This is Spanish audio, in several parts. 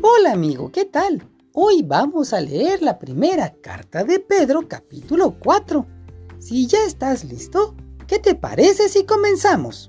Hola amigo, ¿qué tal? Hoy vamos a leer la primera carta de Pedro, capítulo 4. Si ya estás listo, ¿qué te parece si comenzamos?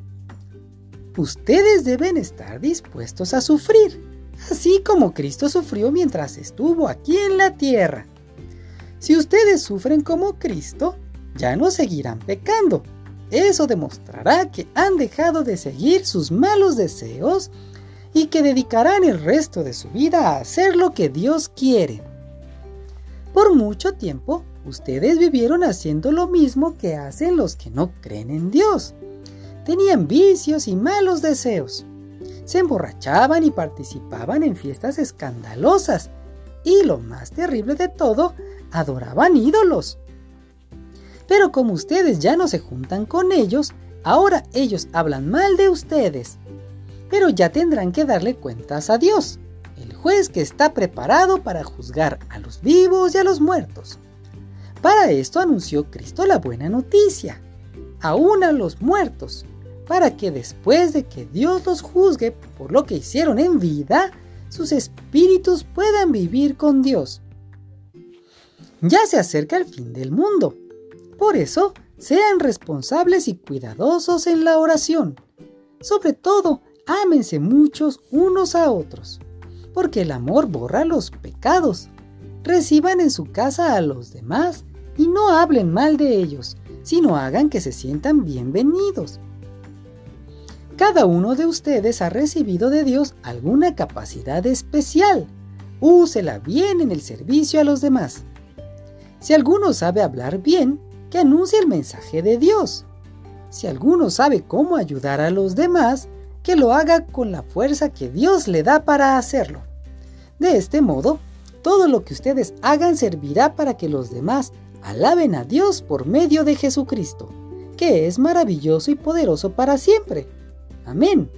Ustedes deben estar dispuestos a sufrir, así como Cristo sufrió mientras estuvo aquí en la tierra. Si ustedes sufren como Cristo, ya no seguirán pecando. Eso demostrará que han dejado de seguir sus malos deseos y que dedicarán el resto de su vida a hacer lo que Dios quiere. Por mucho tiempo, ustedes vivieron haciendo lo mismo que hacen los que no creen en Dios. Tenían vicios y malos deseos. Se emborrachaban y participaban en fiestas escandalosas. Y lo más terrible de todo, adoraban ídolos. Pero como ustedes ya no se juntan con ellos, ahora ellos hablan mal de ustedes. Pero ya tendrán que darle cuentas a Dios, el juez que está preparado para juzgar a los vivos y a los muertos. Para esto anunció Cristo la buena noticia, aún a los muertos, para que después de que Dios los juzgue por lo que hicieron en vida, sus espíritus puedan vivir con Dios. Ya se acerca el fin del mundo. Por eso, sean responsables y cuidadosos en la oración. Sobre todo, ámense muchos unos a otros, porque el amor borra los pecados. Reciban en su casa a los demás y no hablen mal de ellos, sino hagan que se sientan bienvenidos. Cada uno de ustedes ha recibido de Dios alguna capacidad especial. Úsela bien en el servicio a los demás. Si alguno sabe hablar bien, que anuncie el mensaje de Dios. Si alguno sabe cómo ayudar a los demás, que lo haga con la fuerza que Dios le da para hacerlo. De este modo, todo lo que ustedes hagan servirá para que los demás alaben a Dios por medio de Jesucristo, que es maravilloso y poderoso para siempre. Amén.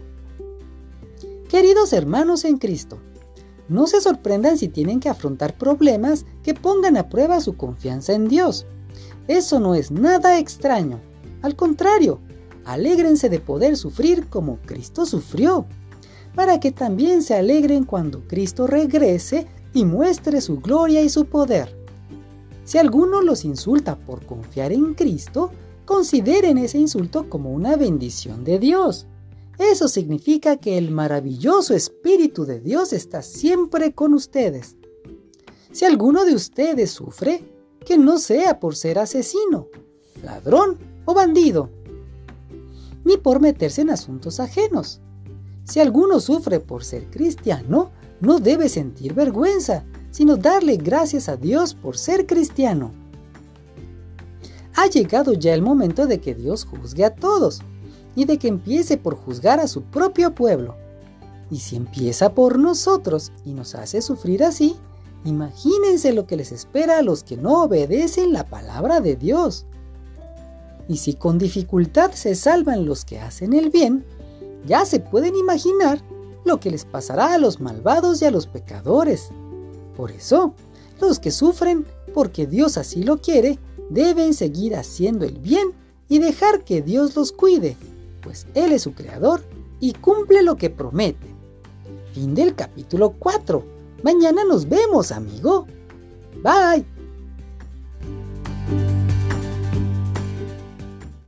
Queridos hermanos en Cristo, no se sorprendan si tienen que afrontar problemas que pongan a prueba su confianza en Dios. Eso no es nada extraño. Al contrario, alégrense de poder sufrir como Cristo sufrió, para que también se alegren cuando Cristo regrese y muestre su gloria y su poder. Si alguno los insulta por confiar en Cristo, consideren ese insulto como una bendición de Dios. Eso significa que el maravilloso Espíritu de Dios está siempre con ustedes. Si alguno de ustedes sufre, que no sea por ser asesino, ladrón o bandido, ni por meterse en asuntos ajenos. Si alguno sufre por ser cristiano, no debe sentir vergüenza, sino darle gracias a Dios por ser cristiano. Ha llegado ya el momento de que Dios juzgue a todos, y de que empiece por juzgar a su propio pueblo. Y si empieza por nosotros y nos hace sufrir así, imagínense lo que les espera a los que no obedecen la palabra de Dios. Y si con dificultad se salvan los que hacen el bien, ya se pueden imaginar lo que les pasará a los malvados y a los pecadores. Por eso, los que sufren porque Dios así lo quiere, deben seguir haciendo el bien y dejar que Dios los cuide, pues Él es su creador y cumple lo que promete. Fin del capítulo 4. Mañana nos vemos, amigo. Bye.